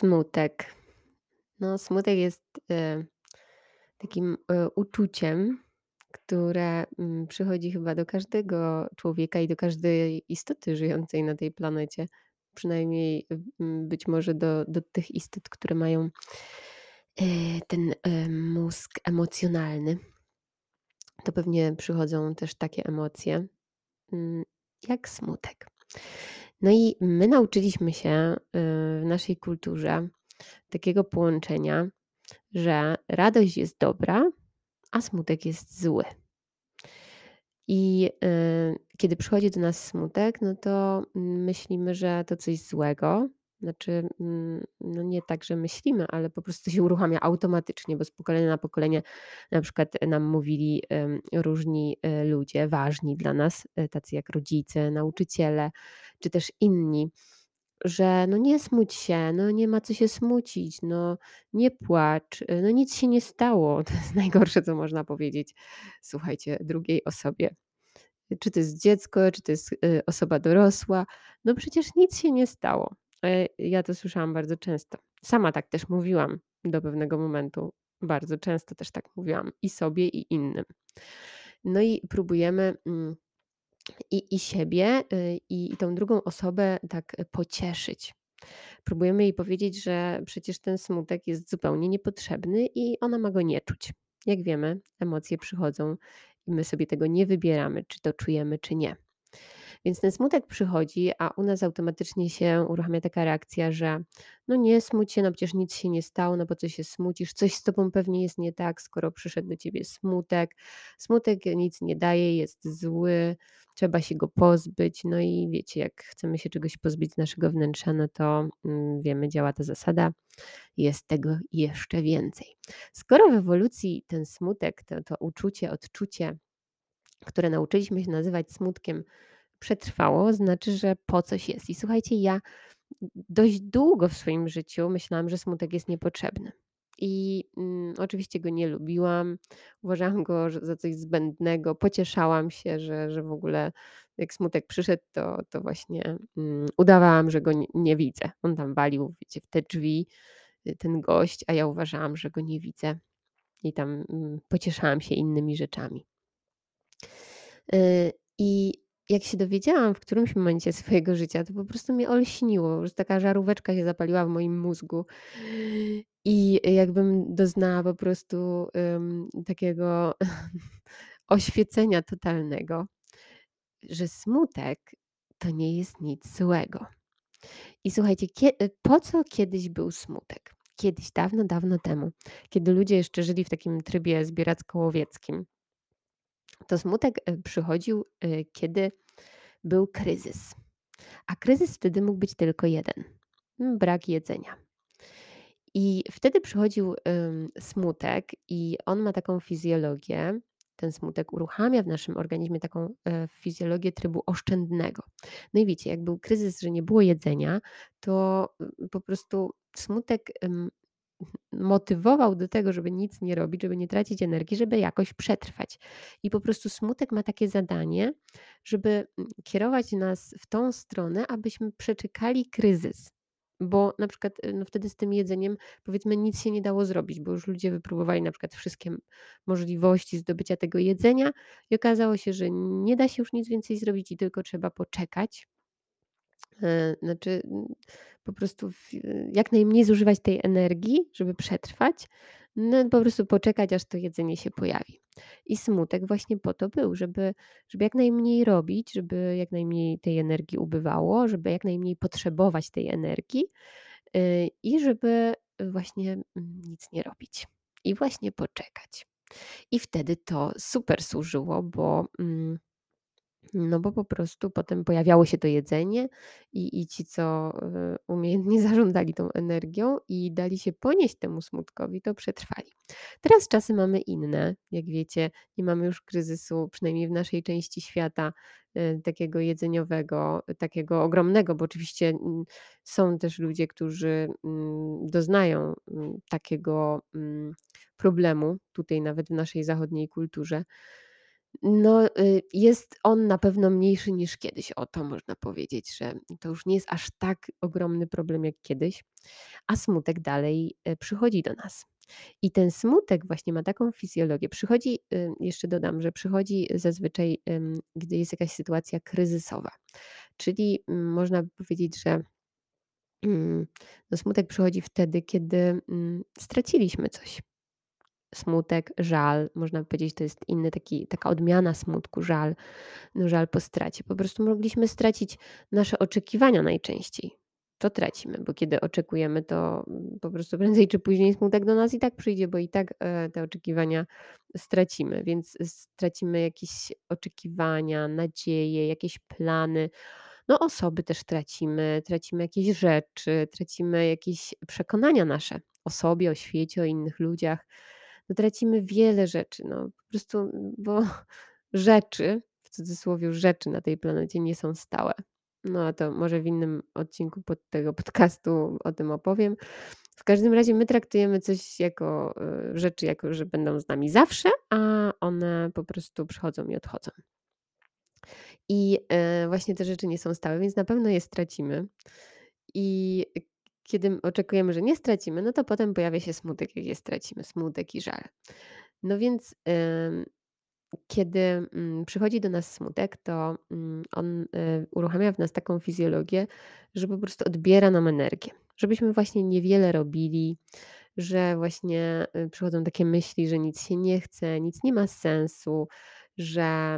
Smutek. No, smutek jest, takim, uczuciem, które, przychodzi chyba do każdego człowieka i do każdej istoty żyjącej na tej planecie. Przynajmniej, być może do tych istot, które mają, ten, mózg emocjonalny. To pewnie przychodzą też takie emocje, mm, jak smutek. No i my nauczyliśmy się, w naszej kulturze takiego połączenia, że radość jest dobra, a smutek jest zły. I, kiedy przychodzi do nas smutek, no to myślimy, że to coś złego. Znaczy, no nie tak, że myślimy, ale po prostu się uruchamia automatycznie, bo z pokolenia na pokolenie na przykład nam mówili, różni, ludzie ważni dla nas, tacy jak rodzice, nauczyciele, czy też inni, że no nie smuć się, no nie ma co się smucić, no nie płacz, no nic się nie stało. To jest najgorsze, co można powiedzieć, słuchajcie, drugiej osobie. Czy to jest dziecko, czy to jest, osoba dorosła. No przecież nic się nie stało. Ja to słyszałam bardzo często. Sama tak też mówiłam do pewnego momentu. Bardzo często też tak mówiłam i sobie, i innym. No i próbujemy, i siebie, i tą drugą osobę tak pocieszyć. Próbujemy jej powiedzieć, że przecież ten smutek jest zupełnie niepotrzebny i ona ma go nie czuć. Jak wiemy, emocje przychodzą i my sobie tego nie wybieramy, czy to czujemy, czy nie. Więc ten smutek przychodzi, a u nas automatycznie się uruchamia taka reakcja, że no nie smuć się, no przecież nic się nie stało, no po co się smucisz, coś z tobą pewnie jest nie tak, skoro przyszedł do ciebie smutek. Smutek nic nie daje, jest zły, trzeba się go pozbyć. No i wiecie, jak chcemy się czegoś pozbyć z naszego wnętrza, no to wiemy, działa ta zasada, jest tego jeszcze więcej. Skoro w ewolucji ten smutek, to uczucie, odczucie, które nauczyliśmy się nazywać smutkiem, przetrwało, znaczy, że po coś jest. I słuchajcie, ja dość długo w swoim życiu myślałam, że smutek jest niepotrzebny. I oczywiście go nie lubiłam, uważałam go za coś zbędnego, pocieszałam się, że w ogóle jak smutek przyszedł, to właśnie udawałam, że go nie widzę. On tam walił, wiecie, w te drzwi, ten gość, a ja uważałam, że go nie widzę i tam pocieszałam się innymi rzeczami. I jak się dowiedziałam w którymś momencie swojego życia, to po prostu mnie olśniło, że taka żaróweczka się zapaliła w moim mózgu i jakbym doznała po prostu, takiego oświecenia totalnego, że smutek to nie jest nic złego. I słuchajcie, po co kiedyś był smutek? Kiedyś, dawno, dawno temu, kiedy ludzie jeszcze żyli w takim trybie zbieracko-łowieckim, to smutek, przychodził, kiedy był kryzys. A kryzys wtedy mógł być tylko jeden: brak jedzenia. I wtedy przychodził, smutek i on ma taką fizjologię, ten smutek uruchamia w naszym organizmie taką, fizjologię trybu oszczędnego. No i wiecie, jak był kryzys, że nie było jedzenia, to, po prostu smutek, motywował do tego, żeby nic nie robić, żeby nie tracić energii, żeby jakoś przetrwać. I po prostu smutek ma takie zadanie, żeby kierować nas w tą stronę, abyśmy przeczekali kryzys. Bo na przykład, no wtedy z tym jedzeniem, powiedzmy, nic się nie dało zrobić, bo już ludzie wypróbowali na przykład wszystkie możliwości zdobycia tego jedzenia i okazało się, że nie da się już nic więcej zrobić i tylko trzeba poczekać. Znaczy, po prostu jak najmniej zużywać tej energii, żeby przetrwać, no po prostu poczekać, aż to jedzenie się pojawi. I smutek właśnie po to był, żeby jak najmniej robić, żeby jak najmniej tej energii ubywało, żeby jak najmniej potrzebować tej energii, i żeby właśnie, nic nie robić i właśnie poczekać. I wtedy to super służyło, bo, no bo po prostu potem pojawiało się to jedzenie i ci, co, umiejętnie zarządzali tą energią i dali się ponieść temu smutkowi, to przetrwali. Teraz czasy mamy inne, jak wiecie, nie mamy już kryzysu, przynajmniej w naszej części świata, takiego jedzeniowego, takiego ogromnego, bo oczywiście, są też ludzie, którzy, doznają, takiego, problemu, tutaj nawet w naszej zachodniej kulturze. No, jest on na pewno mniejszy niż kiedyś. O, to można powiedzieć, że to już nie jest aż tak ogromny problem jak kiedyś, a smutek dalej, przychodzi do nas. I ten smutek właśnie ma taką fizjologię. Przychodzi, jeszcze dodam, że przychodzi zazwyczaj, gdy jest jakaś sytuacja kryzysowa. Czyli, można by powiedzieć, że, mm, no, smutek przychodzi wtedy, kiedy, straciliśmy coś. Smutek, żal, można by powiedzieć, to jest inny taka odmiana smutku, żal. No, żal po stracie. Po prostu mogliśmy stracić nasze oczekiwania najczęściej. To tracimy, bo kiedy oczekujemy, to po prostu prędzej czy później smutek do nas i tak przyjdzie, bo i tak te oczekiwania stracimy, więc stracimy jakieś oczekiwania, nadzieje, jakieś plany. No, osoby też tracimy jakieś rzeczy, tracimy jakieś przekonania nasze o sobie, o świecie, o innych ludziach. No, tracimy wiele rzeczy, no, po prostu, bo rzeczy, w cudzysłowie rzeczy na tej planecie nie są stałe. No, a to może w innym odcinku tego podcastu o tym opowiem. W każdym razie my traktujemy coś jako, rzeczy jako, że będą z nami zawsze, a one po prostu przychodzą i odchodzą. I, właśnie te rzeczy nie są stałe, więc na pewno je stracimy. I kiedy oczekujemy, że nie stracimy, no to potem pojawia się smutek, jak je stracimy, smutek i żal. No więc, kiedy, przychodzi do nas smutek, to, on, uruchamia w nas taką fizjologię, że po prostu odbiera nam energię. Żebyśmy właśnie niewiele robili, że właśnie, przychodzą takie myśli, że nic się nie chce, nic nie ma sensu, że,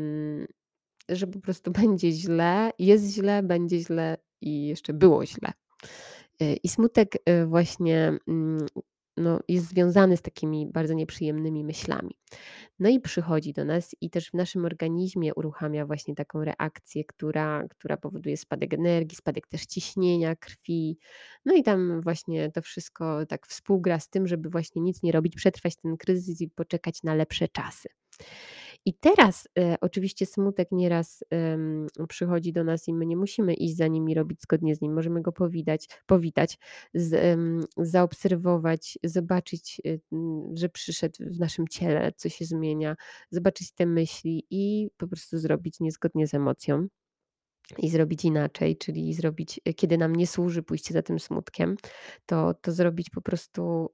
że po prostu będzie źle, jest źle, będzie źle i jeszcze było źle. I smutek, właśnie, no, jest związany z takimi bardzo nieprzyjemnymi myślami. No i przychodzi do nas i też w naszym organizmie uruchamia właśnie taką reakcję, która powoduje spadek energii, spadek też ciśnienia krwi. No i tam właśnie to wszystko tak współgra z tym, żeby właśnie nic nie robić, przetrwać ten kryzys i poczekać na lepsze czasy. I teraz, oczywiście smutek nieraz, przychodzi do nas i my nie musimy iść za nim i robić zgodnie z nim. Możemy go powitać, zaobserwować, zobaczyć, że przyszedł w naszym ciele, co się zmienia, zobaczyć te myśli i po prostu zrobić niezgodnie z emocją i zrobić inaczej, czyli zrobić, kiedy nam nie służy pójście za tym smutkiem, to zrobić po prostu,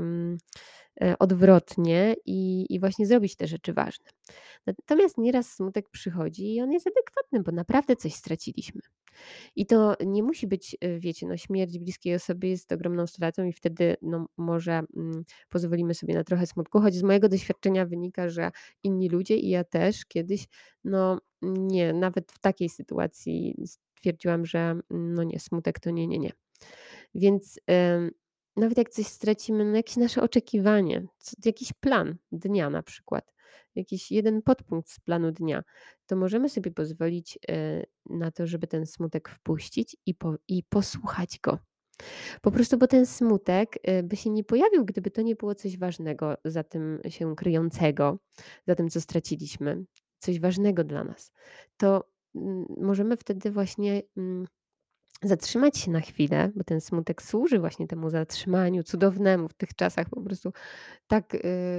odwrotnie i właśnie zrobić te rzeczy ważne. Natomiast nieraz smutek przychodzi i on jest adekwatny, bo naprawdę coś straciliśmy. I to nie musi być, wiecie, no, śmierć bliskiej osoby jest ogromną stratą i wtedy, no, może, pozwolimy sobie na trochę smutku, choć z mojego doświadczenia wynika, że inni ludzie i ja też kiedyś, no, nie, nawet w takiej sytuacji stwierdziłam, że, no nie, smutek to nie, nie, nie. Więc, nawet jak coś stracimy, no jakieś nasze oczekiwanie, jakiś plan dnia na przykład, jakiś jeden podpunkt z planu dnia, to możemy sobie pozwolić, na to, żeby ten smutek wpuścić i posłuchać go. Po prostu, bo ten smutek, by się nie pojawił, gdyby to nie było coś ważnego za tym się kryjącego, za tym, co straciliśmy, coś ważnego dla nas. To, możemy wtedy właśnie, zatrzymać się na chwilę, bo ten smutek służy właśnie temu zatrzymaniu cudownemu w tych czasach po prostu tak,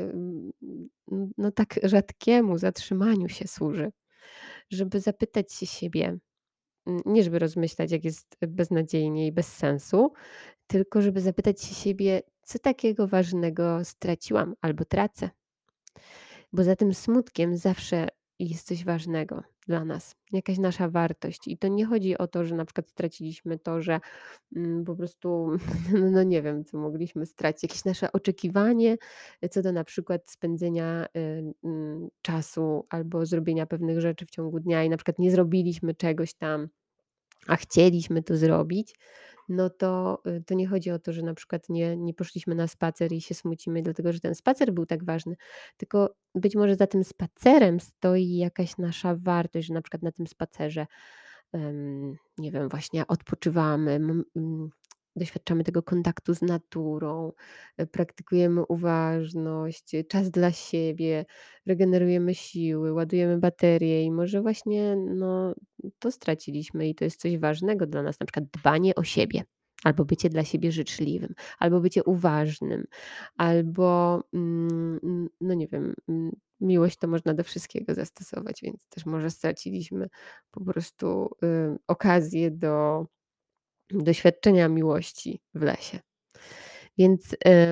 no tak rzadkiemu zatrzymaniu się służy, żeby zapytać się siebie, nie żeby rozmyślać, jak jest beznadziejnie i bez sensu, tylko żeby zapytać się siebie, co takiego ważnego straciłam albo tracę. Bo za tym smutkiem zawsze jest coś ważnego dla nas, jakaś nasza wartość. I to nie chodzi o to, że na przykład straciliśmy to, że po prostu, no nie wiem, co mogliśmy stracić, jakieś nasze oczekiwanie co do na przykład spędzenia czasu albo zrobienia pewnych rzeczy w ciągu dnia i na przykład nie zrobiliśmy czegoś tam, a chcieliśmy to zrobić, no to nie chodzi o to, że na przykład nie poszliśmy na spacer i się smucimy, dlatego że ten spacer był tak ważny, tylko być może za tym spacerem stoi jakaś nasza wartość, że na przykład na tym spacerze, nie wiem, właśnie odpoczywamy, doświadczamy tego kontaktu z naturą, praktykujemy uważność, czas dla siebie, regenerujemy siły, ładujemy baterie i może właśnie, no, to straciliśmy i to jest coś ważnego dla nas, na przykład dbanie o siebie, albo bycie dla siebie życzliwym, albo bycie uważnym, albo, no nie wiem, miłość to można do wszystkiego zastosować, więc też może straciliśmy po prostu, okazję do doświadczenia miłości w lesie. Więc,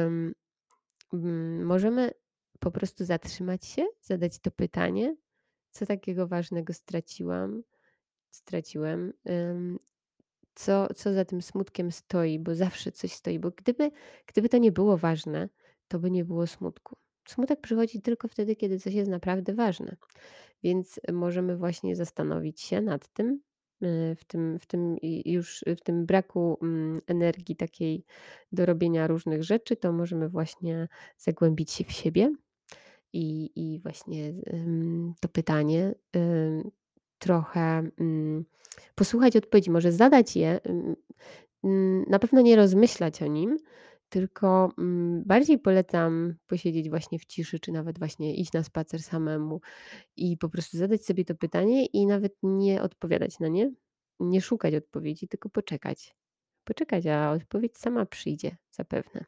możemy po prostu zatrzymać się, zadać to pytanie: „Co takiego ważnego straciłem? Co za tym smutkiem stoi?” Bo zawsze coś stoi, bo gdyby to nie było ważne, to by nie było smutku. Smutek przychodzi tylko wtedy, kiedy coś jest naprawdę ważne. Więc możemy właśnie zastanowić się nad tym, w tym i już w tym braku, energii takiej do robienia różnych rzeczy, to możemy właśnie zagłębić się w siebie i właśnie, to pytanie, trochę, posłuchać odpowiedzi, może zadać je, na pewno nie rozmyślać o nim, tylko, bardziej polecam posiedzieć właśnie w ciszy, czy nawet właśnie iść na spacer samemu i po prostu zadać sobie to pytanie i nawet nie odpowiadać na nie, nie szukać odpowiedzi, tylko poczekać. Poczekać, a odpowiedź sama przyjdzie zapewne.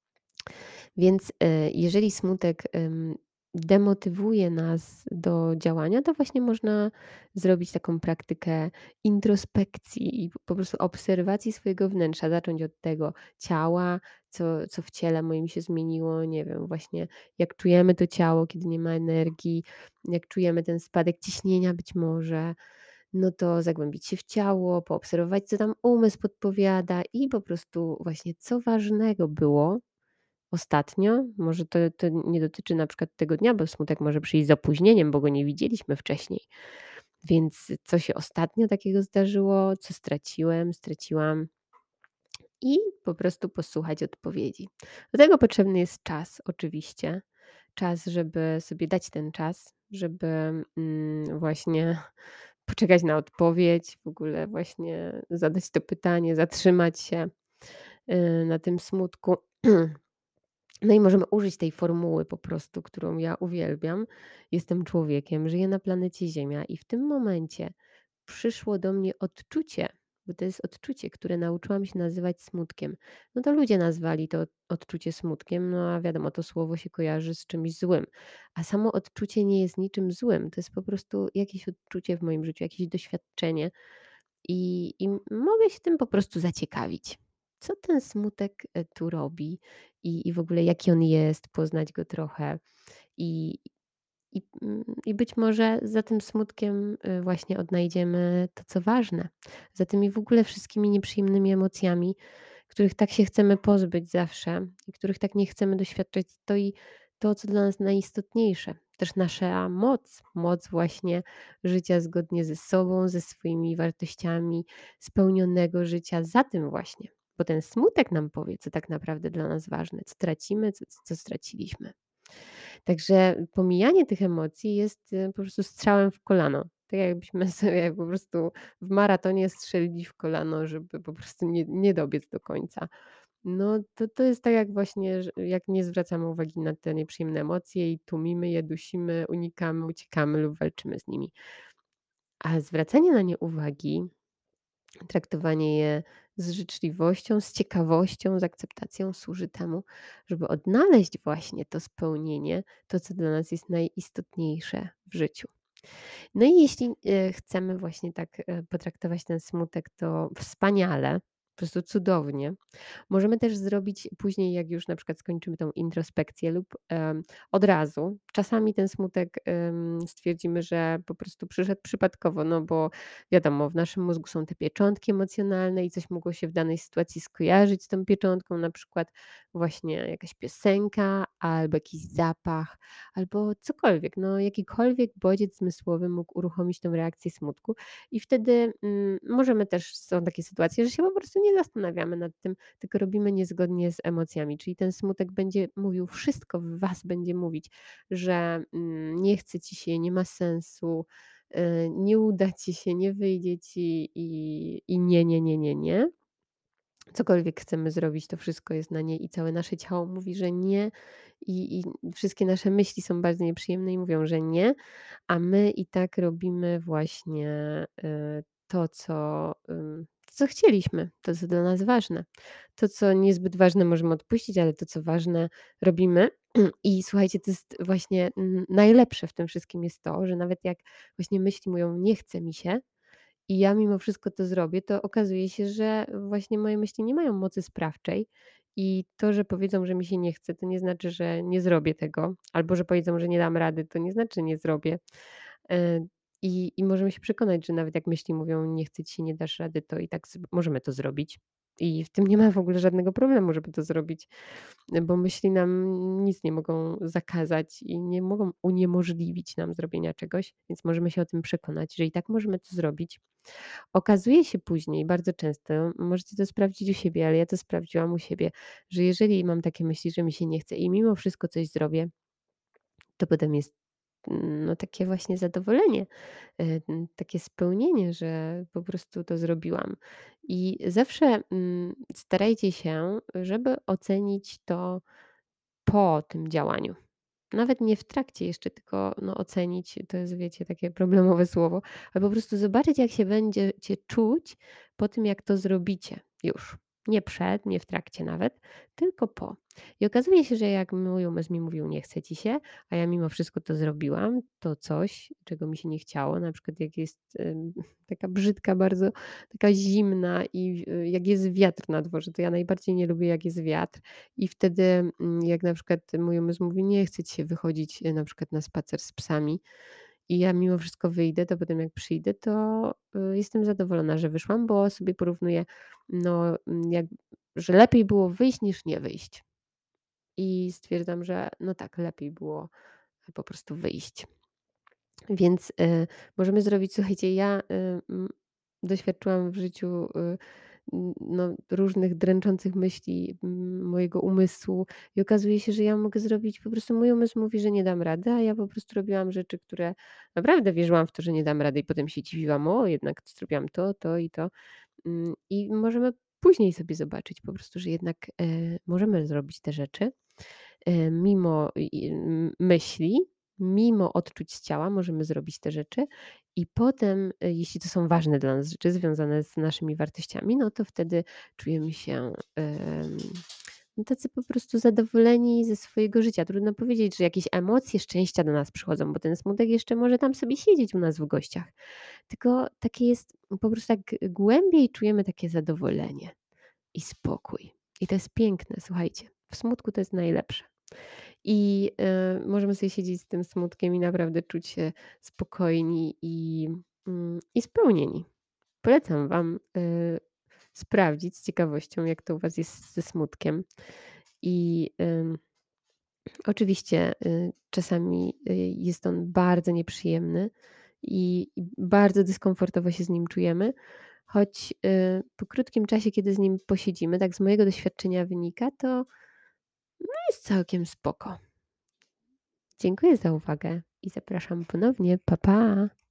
Więc, jeżeli smutek, demotywuje nas do działania, to właśnie można zrobić taką praktykę introspekcji i po prostu obserwacji swojego wnętrza. Zacząć od tego ciała, co w ciele moim się zmieniło, nie wiem, właśnie jak czujemy to ciało, kiedy nie ma energii, jak czujemy ten spadek ciśnienia być może, no to zagłębić się w ciało, poobserwować, co tam umysł podpowiada i po prostu właśnie co ważnego było ostatnio, może to nie dotyczy na przykład tego dnia, bo smutek może przyjść z opóźnieniem, bo go nie widzieliśmy wcześniej. Więc co się ostatnio takiego zdarzyło, co straciłam i po prostu posłuchać odpowiedzi. Do tego potrzebny jest czas oczywiście. Czas, żeby sobie dać ten czas, żeby, właśnie poczekać na odpowiedź, w ogóle właśnie zadać to pytanie, zatrzymać się, na tym smutku. No i możemy użyć tej formuły po prostu, którą ja uwielbiam. Jestem człowiekiem, żyję na planecie Ziemia i w tym momencie przyszło do mnie odczucie, bo to jest odczucie, które nauczyłam się nazywać smutkiem. No to ludzie nazwali to odczucie smutkiem, no a wiadomo, to słowo się kojarzy z czymś złym. A samo odczucie nie jest niczym złym. To jest po prostu jakieś odczucie w moim życiu, jakieś doświadczenie, i mogę się tym po prostu zaciekawić. Co ten smutek, tu robi i w ogóle jaki on jest, poznać go trochę i i być może za tym smutkiem, właśnie odnajdziemy to, co ważne. Za tymi w ogóle wszystkimi nieprzyjemnymi emocjami, których tak się chcemy pozbyć zawsze i których tak nie chcemy doświadczać, stoi to, co dla nas najistotniejsze. Też nasza moc właśnie życia zgodnie ze sobą, ze swoimi wartościami, spełnionego życia za tym właśnie. Bo ten smutek nam powie, co tak naprawdę dla nas ważne, co tracimy, co straciliśmy. Także pomijanie tych emocji jest, po prostu strzałem w kolano. Tak jakbyśmy sobie po prostu w maratonie strzelili w kolano, żeby po prostu nie dobiec do końca. No to jest tak jak właśnie, że jak nie zwracamy uwagi na te nieprzyjemne emocje i tłumimy je, dusimy, unikamy, uciekamy lub walczymy z nimi. A zwracanie na nie uwagi, traktowanie je z życzliwością, z ciekawością, z akceptacją służy temu, żeby odnaleźć właśnie to spełnienie, to co dla nas jest najistotniejsze w życiu. No i jeśli, chcemy właśnie tak, potraktować ten smutek, to wspaniale, po prostu cudownie. Możemy też zrobić później, jak już na przykład skończymy tą introspekcję lub, od razu. Czasami ten smutek, stwierdzimy, że po prostu przyszedł przypadkowo, no bo wiadomo, w naszym mózgu są te pieczątki emocjonalne i coś mogło się w danej sytuacji skojarzyć z tą pieczątką, na przykład właśnie jakaś piosenka albo jakiś zapach, albo cokolwiek, no jakikolwiek bodziec zmysłowy mógł uruchomić tę reakcję smutku i wtedy, możemy też są takie sytuacje, że się po prostu nie zastanawiamy nad tym, tylko robimy niezgodnie z emocjami, czyli ten smutek będzie mówił, wszystko w was będzie mówić, że, nie chce ci się, nie ma sensu, nie uda ci się, nie wyjdzie ci i nie, nie, nie, nie, nie. Cokolwiek chcemy zrobić, to wszystko jest na nie i całe nasze ciało mówi, że nie i wszystkie nasze myśli są bardzo nieprzyjemne i mówią, że nie, a my i tak robimy właśnie, to, co chcieliśmy, to, co dla nas ważne. To, co niezbyt ważne, możemy odpuścić, ale to, co ważne, robimy. I słuchajcie, to jest właśnie najlepsze w tym wszystkim jest to, że nawet jak właśnie myśli mówią: „Nie chce mi się”, i ja mimo wszystko to zrobię, to okazuje się, że właśnie moje myśli nie mają mocy sprawczej i to, że powiedzą, że mi się nie chce, to nie znaczy, że nie zrobię tego, albo że powiedzą, że nie dam rady, to nie znaczy, że nie zrobię. E, i możemy się przekonać, że nawet jak myśli mówią: „Nie chce ci się, nie dasz rady”, to i tak możemy to zrobić. I w tym nie ma w ogóle żadnego problemu, żeby to zrobić, bo myśli nam nic nie mogą zakazać i nie mogą uniemożliwić nam zrobienia czegoś, więc możemy się o tym przekonać, że i tak możemy to zrobić. Okazuje się później bardzo często, możecie to sprawdzić u siebie, ale ja to sprawdziłam u siebie, że jeżeli mam takie myśli, że mi się nie chce i mimo wszystko coś zrobię, to potem jest, no, takie właśnie zadowolenie, takie spełnienie, że po prostu to zrobiłam. I zawsze, starajcie się, żeby ocenić to po tym działaniu. Nawet nie w trakcie jeszcze, tylko no, ocenić, to jest wiecie, takie problemowe słowo, ale po prostu zobaczyć, jak się będziecie czuć po tym, jak to zrobicie już. Nie przed, nie w trakcie nawet, tylko po. I okazuje się, że jak mój umysł mi mówił, nie chce ci się, a ja mimo wszystko to zrobiłam, to coś, czego mi się nie chciało, na przykład jak jest taka brzydka, bardzo taka zimna i jak jest wiatr na dworze, to ja najbardziej nie lubię, jak jest wiatr i wtedy, jak na przykład mój umysł mówi: „Nie chce ci się wychodzić, na przykład na spacer z psami” i ja mimo wszystko wyjdę, to potem jak przyjdę, to, jestem zadowolona, że wyszłam, bo sobie porównuję, no, że lepiej było wyjść niż nie wyjść. I stwierdzam, że no tak, lepiej było po prostu wyjść. Więc, możemy zrobić słuchajcie, ja, doświadczyłam w życiu, no, różnych dręczących myśli, mojego umysłu i okazuje się, że ja mogę zrobić po prostu mój umysł mówi, że nie dam rady, a ja po prostu robiłam rzeczy, które naprawdę wierzyłam w to, że nie dam rady i potem się dziwiłam: „O, jednak zrobiłam to, to i to”. I możemy później sobie zobaczyć po prostu, że jednak, możemy zrobić te rzeczy, mimo myśli, mimo odczuć z ciała możemy zrobić te rzeczy i potem, jeśli to są ważne dla nas rzeczy związane z naszymi wartościami, no to wtedy czujemy się, no tacy po prostu zadowoleni ze swojego życia. Trudno powiedzieć, że jakieś emocje szczęścia do nas przychodzą, bo ten smutek jeszcze może tam sobie siedzieć u nas w gościach. Tylko takie jest po prostu tak głębiej czujemy takie zadowolenie i spokój. I to jest piękne, słuchajcie. W smutku to jest najlepsze. I, możemy sobie siedzieć z tym smutkiem i naprawdę czuć się spokojni i spełnieni. Polecam wam, sprawdzić z ciekawością, jak to u was jest ze smutkiem. I, oczywiście, czasami, jest on bardzo nieprzyjemny i bardzo dyskomfortowo się z nim czujemy, choć, po krótkim czasie, kiedy z nim posiedzimy, tak z mojego doświadczenia wynika, to jest całkiem spoko. Dziękuję za uwagę i zapraszam ponownie. Pa, pa.